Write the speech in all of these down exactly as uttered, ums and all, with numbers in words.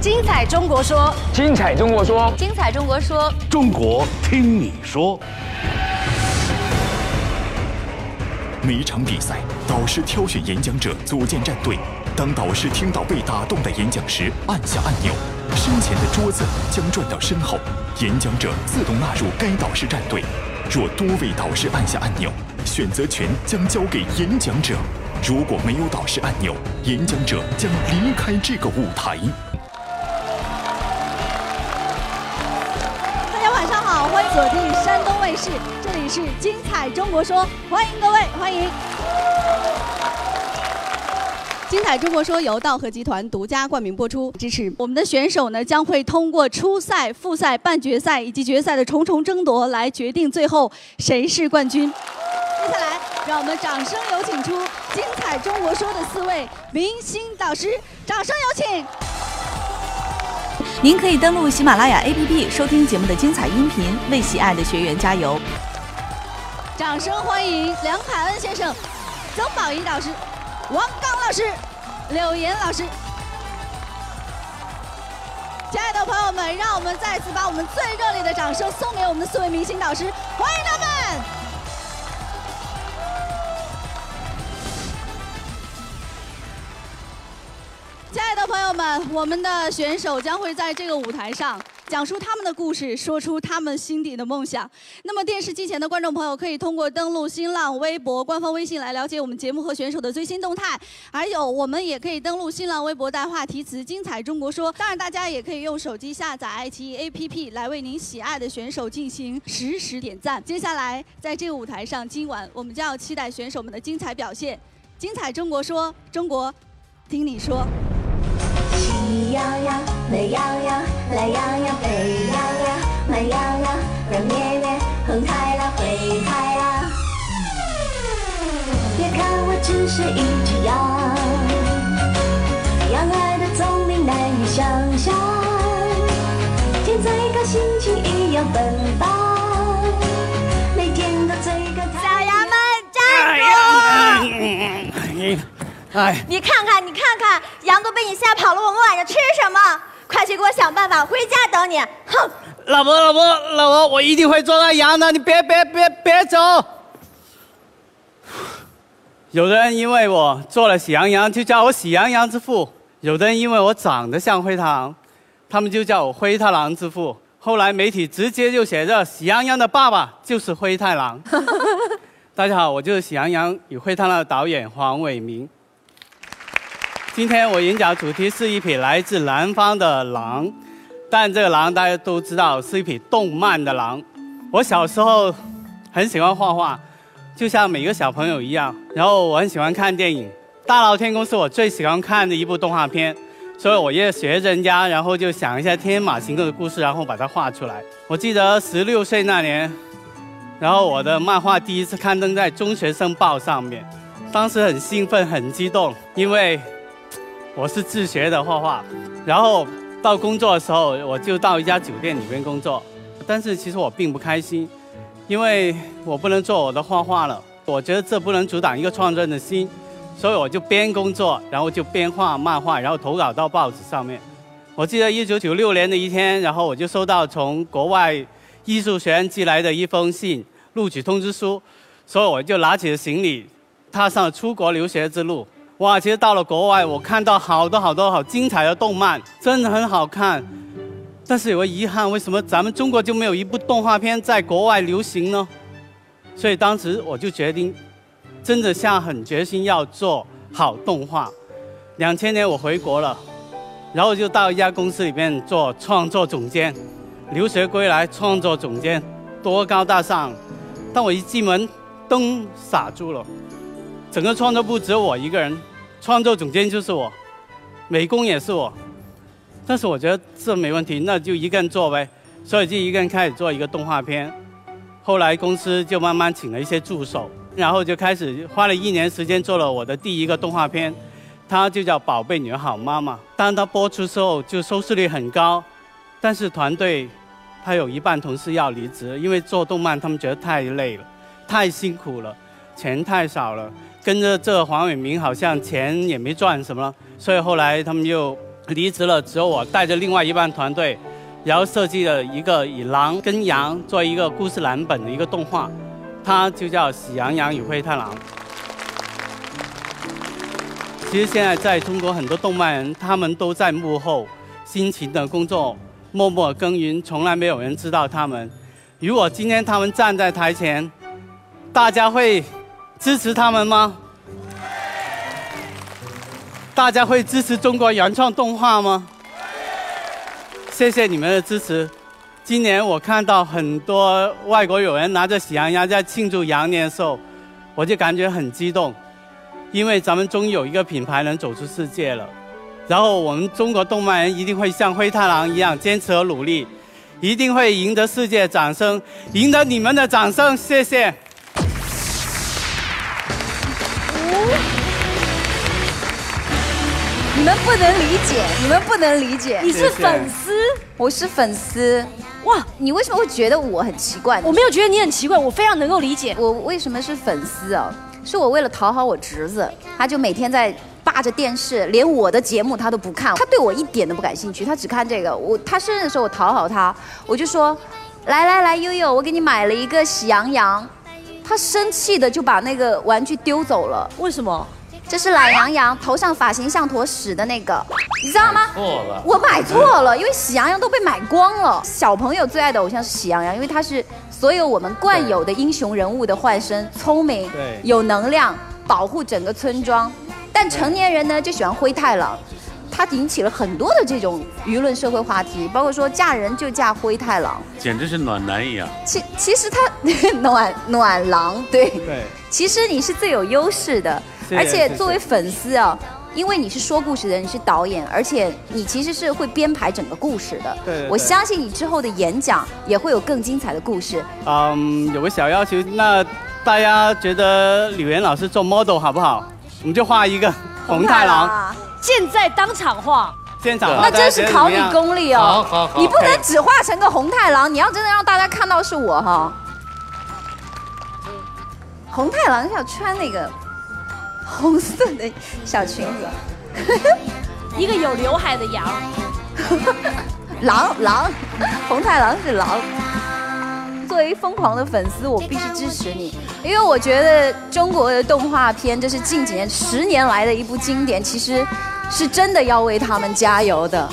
精彩中国说， 精彩中国说， 精彩中国说， 中国听你说。 每一场比赛，导师挑选演讲者组建战队。当导师听到被打动的演讲时，按下按钮，身前的桌子将转到身后，演讲者自动纳入该导师战队。若多位导师按下按钮，选择权将交给演讲者。如果没有导师按钮，演讲者将离开这个舞台。 大家晚上好，欢迎锁定山东卫视，这里是精彩中国说，欢迎各位，欢迎。精彩中国说由道和集团独家冠名播出，支持我们的选手呢将会通过初赛、复赛、半决赛以及决赛的重重争夺来决定最后谁是冠军。接下来，让我们掌声有请出精彩中国说的四位明星导师，掌声有请。 您可以登录喜马拉雅 A P P 收听节目的精彩音频，为喜爱的学员加油。 掌声欢迎梁凯恩先生、曾宝仪导师、王刚老师、柳岩老师。亲爱的朋友们，让我们再次把我们最热烈的掌声送给我们的四位明星导师，欢迎他们！亲爱的朋友们，我们的选手将会在这个舞台上讲述他们的故事，说出他们心底的梦想。那么电视机前的观众朋友可以通过登录新浪微博官方微信来了解我们节目和选手的最新动态，还有我们也可以登录新浪微博带话题词精彩中国说。当然大家也可以用手机下载爱奇艺 A P P 来为您喜爱的选手进行实时点赞。接下来在这个舞台上，今晚我们将要期待选手们的精彩表现。精彩中国说，中国听你说。 喜羊羊、美羊羊、懒羊羊、沸羊羊、慢羊羊、软绵绵、红太狼、灰太狼。别看我只是一只羊，羊儿的聪明难以想象，天最高心情一样奔放，每天都最高。 小羊们站住！ 哎， 你看看，你看看，羊都被你吓跑了，我们晚上吃什么？快去给我想办法，回家等你。哼！ 老婆，老婆，老婆，我一定会做到羊的，你别别别别走。有的人因为我做了喜羊羊，就叫我喜羊羊之父；有的人因为我长得像灰太狼，他们就叫我灰太狼之父。后来媒体直接就写着喜羊羊的爸爸就是灰太狼。大家好，我就是喜羊羊与灰太狼的导演黄伟明。今天我演讲主题是一匹来自南方的狼，但这个狼大家都知道是一匹动漫的狼。我小时候很喜欢画画，就像每个小朋友一样，然后我很喜欢看电影，《大闹天宫》是我最喜欢看的一部动画片，所以我也学人家，然后就想一下天马行空的故事，然后把它画出来。我记得十六岁那年，然后我的漫画第一次刊登在《中学生报》上面，当时很兴奋很激动，因为我是自学的画画。然后到工作的时候，我就到一家酒店里面工作，但是其实我并不开心，因为我不能做我的画画了，我觉得这不能阻挡一个创作人的心，所以我就边工作，然后就边画漫画，然后投稿到报纸上面。我记得一九九六年的一天，然后我就收到从国外艺术学院寄来的一封信，录取通知书，所以我就拿起了行李，踏上了出国留学之路。哇，其实到了国外，我看到好多好多好精彩的动漫，真的很好看。但是有个遗憾，为什么咱们中国就没有一部动画片在国外流行呢？所以当时我就决定，真的下狠决心要做好动画。两千年我回国了，然后就到一家公司里面做创作总监。留学归来，创作总监，多高大上！但我一进门，灯傻住了。整个创作部只有我一个人，创作总监就是我，美工也是我。但是我觉得这没问题，那就一个人做呗，所以就一个人开始做一个动画片。后来公司就慢慢请了一些助手，然后就开始花了一年时间做了我的第一个动画片，它就叫《宝贝女儿好妈妈》。当它播出之后，就收视率很高，但是团队他有一半同事要离职，因为做动漫他们觉得太累了，太辛苦了，钱太少了。跟着这黄伟明好像钱也没赚什么，所以后来他们就离职了，只有我带着另外一半团队，然后设计了一个以狼跟羊做一个故事蓝本的一个动画，它就叫《喜羊羊与灰太狼》。其实现在在中国很多动漫人，他们都在幕后辛勤的工作，默默耕耘，从来没有人知道他们。如果今天他们站在台前，大家会支持他们吗？大家会支持中国原创动画吗？谢谢你们的支持。今年我看到很多外国友人拿着喜羊羊在庆祝羊年的时候，我就感觉很激动，因为咱们终于有一个品牌能走出世界了。然后我们中国动漫人一定会像灰太狼一样坚持和努力，一定会赢得世界掌声，赢得你们的掌声。谢谢。 你们不能理解，你们不能理解。 你是粉丝， 我是粉丝。哇，你为什么会觉得我很奇怪？ 我没有觉得你很奇怪，我非常能够理解。 我为什么是粉丝啊？是我为了讨好我侄子，他就每天在霸着电视，连我的节目他都不看，他对我一点都不感兴趣，他只看这个。我他生日的时候我讨好他，我就说，来来来，悠悠，我给你买了一个喜羊羊。他生气的就把那个玩具丢走了。 为什么？ 这是懒羊羊，头上发型像坨屎的那个，你知道吗？ 错了， 我买错了，因为喜羊羊都被买光了。小朋友最爱的偶像是喜羊羊，因为他是所有我们惯有的英雄人物的化身，聪明，有能量，保护整个村庄。但成年人呢就喜欢灰太狼，他引起了很多的这种舆论社会话题，包括说嫁人就嫁灰太狼， 简直是暖男一样。 其其实他暖暖狼，对对， 其实你是最有优势的。而且作为粉丝啊，因为你是说故事的人，你是导演，而且你其实是会编排整个故事的。 对， 我相信你之后的演讲也会有更精彩的故事。 嗯，有个小要求，那大家觉得柳岩老师做 model 好不好？我们就画一个红太狼， 现在当场画。 现场， 那真是考你功力哦。 好好好， 你不能只画成个红太狼，你要真的让大家看到是我哈。红太狼要穿那个红色的小裙子， 一个有刘海的羊， 狼狼，红太狼是狼。作为疯狂的粉丝，我必须支持你，因为我觉得中国的动画片，这是近几年十年来的一部经典，其实是真的要为他们加油的。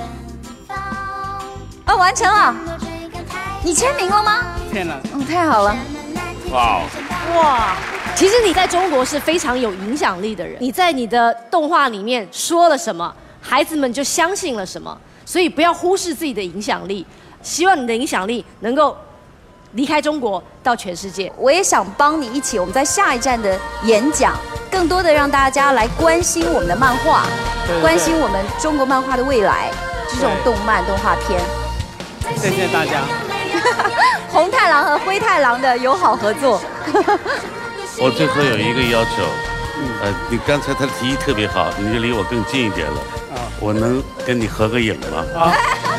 啊，完成了，你签名了吗？ 签了。 嗯，太好了。 哇哇！其实你在中国是非常有影响力的人，你在你的动画里面说了什么，孩子们就相信了什么，所以不要忽视自己的影响力。希望你的影响力能够离开中国到全世界。 我也想帮你一起，我们在下一站的演讲，更多的让大家来关心我们的漫画， 对对对， 关心我们中国漫画的未来，这种动漫动画片。 谢谢大家。 红太狼和灰太狼的友好合作。 我最后有一个要求，呃，你刚才他的提议特别好，你就离我更近一点了。啊，我能跟你合个影吗？啊。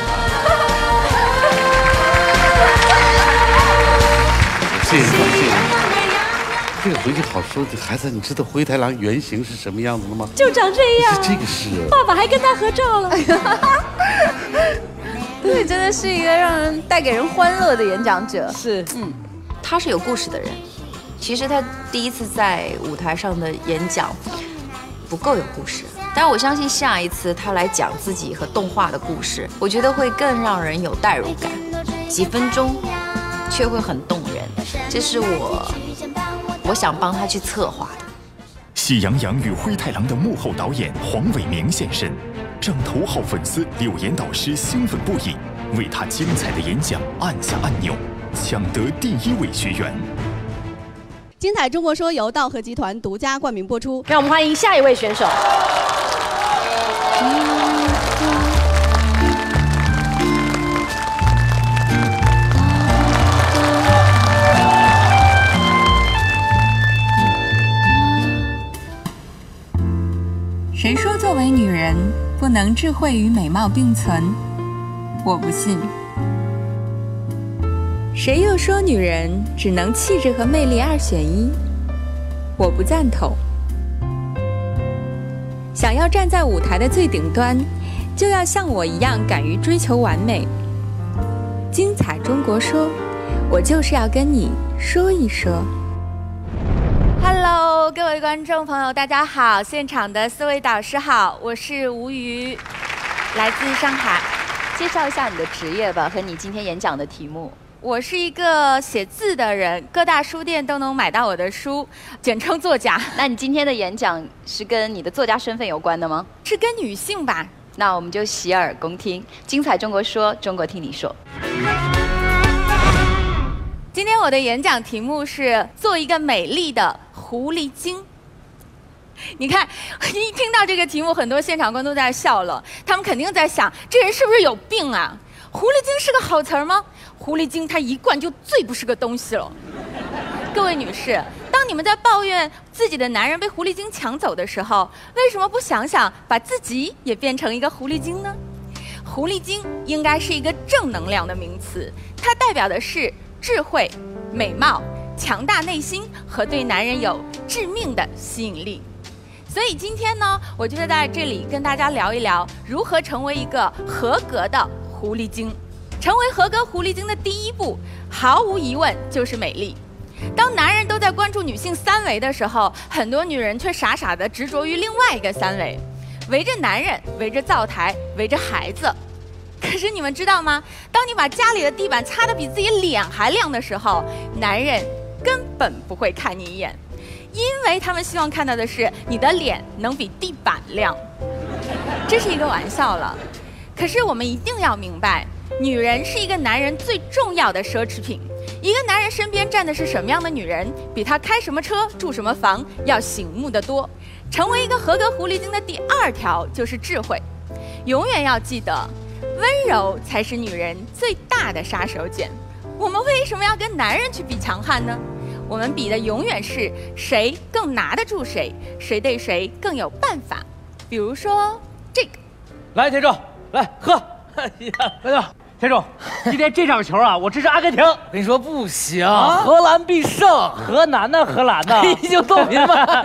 谢谢你，谢谢你。这个回去好说。孩子，你知道灰太狼原型是什么样子的吗？ 就长这样。 这个是。 爸爸还跟他合照了。 对，真的是一个让人带给人欢乐的演讲者。 是， 嗯，他是有故事的人。其实他第一次在舞台上的演讲不够有故事，但是我相信下一次他来讲自己和动画的故事，我觉得会更让人有代入感，几分钟却会很动人。这是我我想帮他去策划的。 喜羊羊与灰太狼的幕后导演黄伟明现身，让头号粉丝柳岩导师兴奋不已，为他精彩的演讲按下按钮，抢得第一位学员。 精彩中国说由道和集团独家冠名播出。 让我们欢迎下一位选手。 谁说作为女人不能智慧与美貌并存？我不信。谁又说女人只能气质和魅力二选一？我不赞同。想要站在舞台的最顶端， 就要像我一样敢于追求完美。精彩中国说，我就是要跟你说一说。 Hello， 各位观众朋友，大家好！现场的四位导师好，我是吴瑜，来自上海。 介绍一下你的职业吧，和你今天演讲的题目。 我是一个写字的人，各大书店都能买到我的书，简称作家。 那你今天的演讲是跟你的作家身份有关的吗？ 是跟女性吧。 那我们就洗耳恭听，精彩中国说，中国听你说。 今天我的演讲题目是做一个美丽的狐狸精。你看，一听到这个题目，很多现场观众都在笑了，他们肯定在想，这人是不是有病啊？狐狸精是个好词儿吗？狐狸精它一贯就最不是个东西了。各位女士，当你们在抱怨自己的男人被狐狸精抢走的时候，为什么不想想把自己也变成一个狐狸精呢？狐狸精应该是一个正能量的名词，它代表的是智慧、美貌、强大内心和对男人有致命的吸引力。所以今天呢，我就在这里跟大家聊一聊如何成为一个合格的狐狸精。成为合格狐狸精的第一步，毫无疑问就是美丽。当男人都在关注女性三维的时候，很多女人却傻傻地执着于另外一个三维，围着男人，围着灶台，围着孩子。可是你们知道吗？当你把家里的地板擦得比自己脸还亮的时候，男人根本不会看你一眼，因为他们希望看到的是你的脸能比地板亮。这是一个玩笑了。可是我们一定要明白，女人是一个男人最重要的奢侈品。一个男人身边站的是什么样的女人，比他开什么车住什么房要醒目得多。成为一个合格狐狸精的第二条就是智慧。永远要记得，温柔才是女人最大的杀手锏。我们为什么要跟男人去比强悍呢？我们比的永远是谁更拿得住谁，谁对谁更有办法。比如说这个， 来田总，来喝。哎呀，来走。田总，今天这场球啊，我支持阿根廷。我跟你说不行，啊、荷兰必胜。 河南呢？荷兰呢？ 你就逗明白。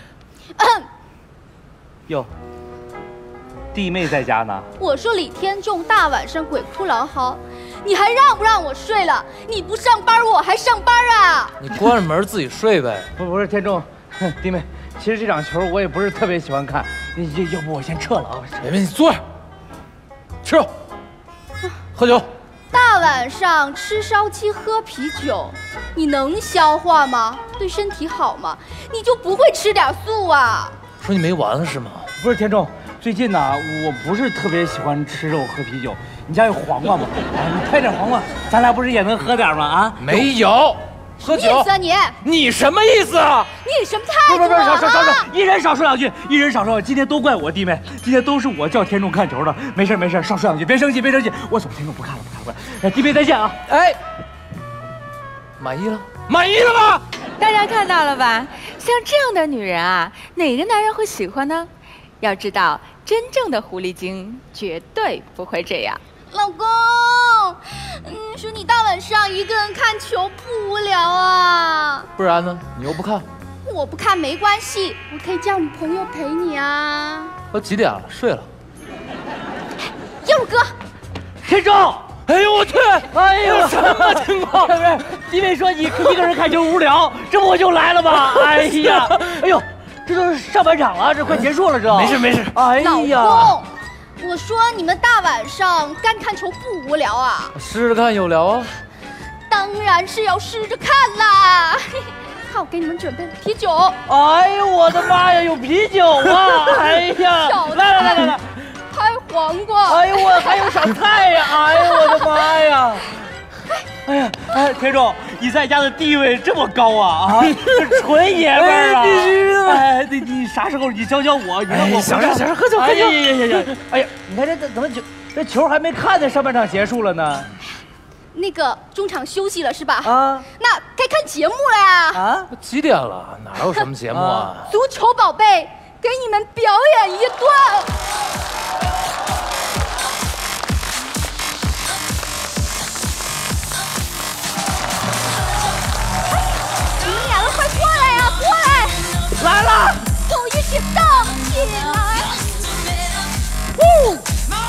哟，弟妹在家呢。 我说李天仲大晚上鬼哭狼嚎，你还让不让我睡了？你不上班，我还上班啊！ 你关上门自己睡呗。 不不是天仲，弟妹，其实这场球我也不是特别喜欢看，要不我先撤了啊。 别别，你坐下，吃肉。喝酒， 大晚上吃烧鸡喝啤酒，你能消化吗？对身体好吗？你就不会吃点素啊？ 说你没完了是吗？ 不是田仲，最近呢，我不是特别喜欢吃肉喝啤酒。你家有黄瓜吗？啊，你拍点黄瓜，咱俩不是也能喝点吗？啊， 没有。喝酒？ 什么意思啊你？ 你什么意思啊？ 你什么态度啊？ 不不不，少少少少，一人少说两句，一人少说。今天都怪我弟妹，今天都是我叫天仲看球的。没事没事，少说两句，别生气别生气。我走，天仲不看了不看了。哎，弟妹再见啊！ 哎，满意了？满意了吗？ 大家看到了吧？像这样的女人啊，哪个男人会喜欢呢？要知道，真正的狐狸精绝对不会这样。 老公，嗯，说你大晚上一个人看球不无聊啊？ 不然呢？你又不看？ 我不看没关系，我可以叫女朋友陪你啊。 都几点了？睡了。 耀哥， 天仲， 哎呦我去！ 哎呦， 什么情况？ 不是，弟妹说你一个人看球无聊，这不我就来了吗？哎呀，哎呦，这都是上半场了，这快结束了，这。 没事没事。 哎呀。 老公，我说你们大晚上干看球不无聊啊？ 试着看有聊啊？ 当然是要试着看啦！看我给你们准备的啤酒。 哎呦我的妈呀，有啤酒啊！哎呀，来来来来来， 拍黄瓜。 哎呦我还有小菜呀！哎呦我的妈呀！哎呀，哎，田仲，你在家的地位这么高啊啊！纯爷们儿啊！ 必须的。 哎，你你啥时候你教教我？你让我行了行了，喝酒喝酒。 哎呀呀呀呀！哎呀，你看这怎么球，这球还没看呢，上半场结束了呢。 那个中场休息了是吧？ 啊， 那该看节目了呀！ 啊， 几点了？哪有什么节目啊？ 足球宝贝，给你们表演一段。你们两个快过来呀！过来！ 来了！ 都一起动起来！呜！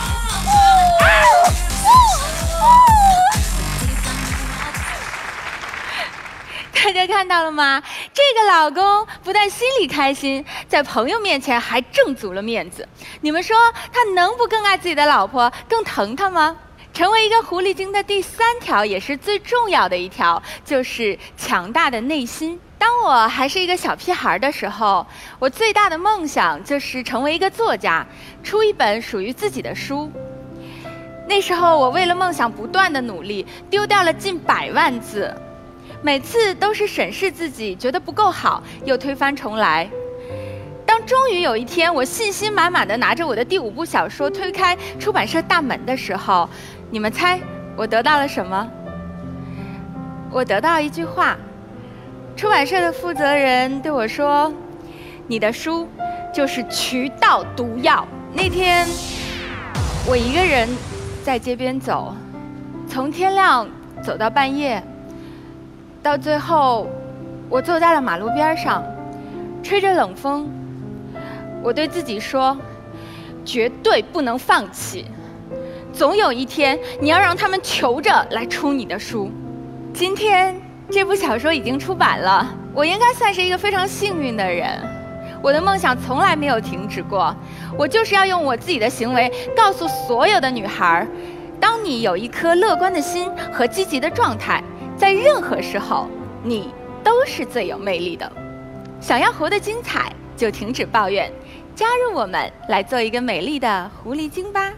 看到了吗？这个老公不但心里开心，在朋友面前还挣足了面子。你们说他能不更爱自己的老婆，更疼她吗？成为一个狐狸精的第三条，也是最重要的一条，就是强大的内心。当我还是一个小屁孩的时候，我最大的梦想就是成为一个作家，出一本属于自己的书。那时候我为了梦想不断的努力，丢掉了近百万字，每次都是审视自己，觉得不够好，又推翻重来。当终于有一天，我信心满满的拿着我的第五部小说推开出版社大门的时候，你们猜我得到了什么？我得到一句话，出版社的负责人对我说：“你的书就是渠道毒药。”那天，我一个人在街边走，从天亮走到半夜，到最后，我坐在了马路边上，吹着冷风。我对自己说，绝对不能放弃，总有一天你要让他们求着来出你的书。今天这部小说已经出版了，我应该算是一个非常幸运的人。我的梦想从来没有停止过，我就是要用我自己的行为告诉所有的女孩，当你有一颗乐观的心和积极的状态，在任何时候你都是最有魅力的。想要活得精彩，就停止抱怨，加入我们来做一个美丽的狐狸精吧。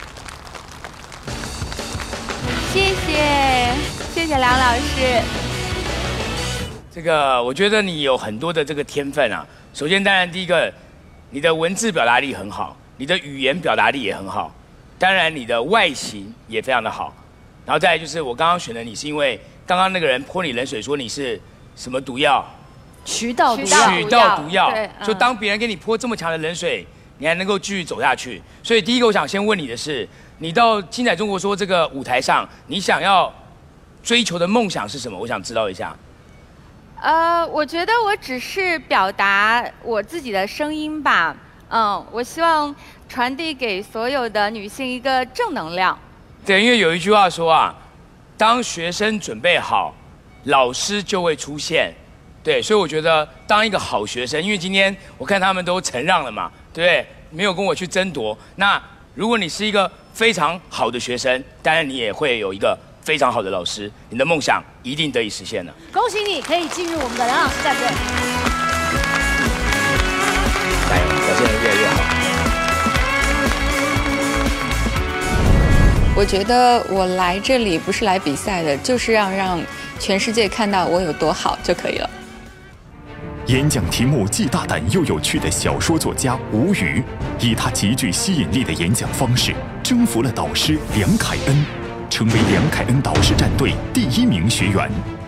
谢谢，谢谢梁老师。 这个我觉得你有很多的这个天分啊。首先，当然第一个，你的文字表达力很好，你的语言表达力也很好，当然你的外形也非常的好。然后再来就是我刚刚选的你，是因为刚刚那个人泼你冷水，说你是什么毒药？ 渠道毒药。 渠道毒药。 对， 就当别人给你泼这么强的冷水，你还能够继续走下去。所以第一个我想先问你的是，你到精彩中国说这个舞台上，你想要追求的梦想是什么？我想知道一下。 呃，我觉得我只是表达我自己的声音吧。嗯，我希望传递给所有的女性一个正能量。 对，因为有一句话说啊，当学生准备好，老师就会出现。对，所以我觉得当一个好学生，因为今天我看他们都承让了嘛，对不对？没有跟我去争夺。那如果你是一个非常好的学生，当然你也会有一个非常好的老师，你的梦想一定得以实现了。 恭喜你可以进入我们的梁老师战队， 加油，表现得越来越好。 我觉得我来这里不是来比赛的，就是要让全世界看到我有多好就可以了。 演讲题目既大胆又有趣的小说作家吴瑜，以他极具吸引力的演讲方式，征服了导师梁凯恩，成为梁凯恩导师战队第一名学员。